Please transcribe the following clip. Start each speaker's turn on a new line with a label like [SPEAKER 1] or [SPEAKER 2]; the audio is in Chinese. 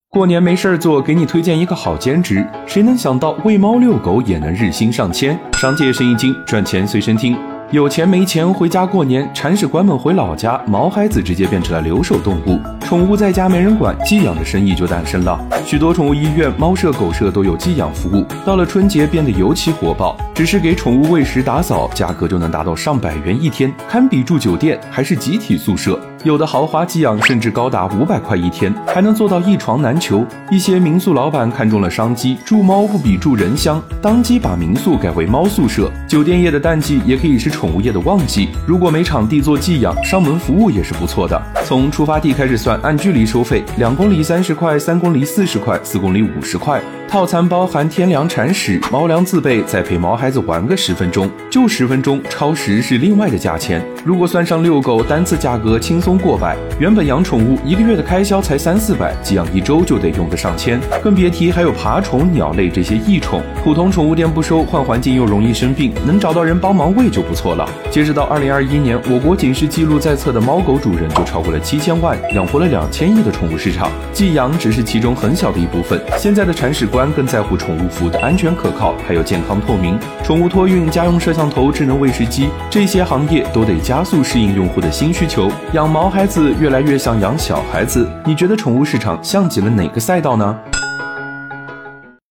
[SPEAKER 1] 过年没事儿做，给你推荐一个好兼职。谁能想到喂猫遛狗也能日薪上千？商界生意经，赚钱随身听。有钱没钱回家过年，铲屎官们回老家，毛孩子直接变成了留守动物。宠物在家没人管，寄养的生意就诞生了。许多宠物医院、猫舍、狗舍都有寄养服务，到了春节变得尤其火爆。只是给宠物喂食打扫，价格就能达到上百元一天，堪比住酒店，还是集体宿舍。有的豪华寄养甚至高达500块一天，还能做到一床难求。一些民宿老板看中了商机，住猫不比住人香，当即把民宿改为猫宿舍。酒店业的淡季也可以是宠物业的旺季，如果没场地做寄养，上门服务也是不错的。从出发地开始算，按距离收费，2公里30块，3公里40块，4公里50块。套餐包含天粮、铲屎、猫粮自备，再陪毛孩子玩个10分钟，就10分钟，超时是另外的价钱。如果算上遛狗，单次价格轻松过百。原本养宠物1个月的开销才300-400，寄养1周就得用个上千，更别提还有爬虫、鸟类这些异宠。普通宠物店不收，换环境又容易生病，能找到人帮忙喂就不错了。截止到2021年，我国仅是记录在册的猫狗主人就超过了7000万，养活了2000亿的宠物市场。寄养只是其中很小的一部分，现在的铲屎官更在乎宠物服务的安全可靠，还有健康透明。宠物托运、家用摄像头、智能喂食机，这些行业都得加速适应用户的新需求。养毛孩子越来越像养小孩子，你觉得宠物市场像极了哪个赛道呢？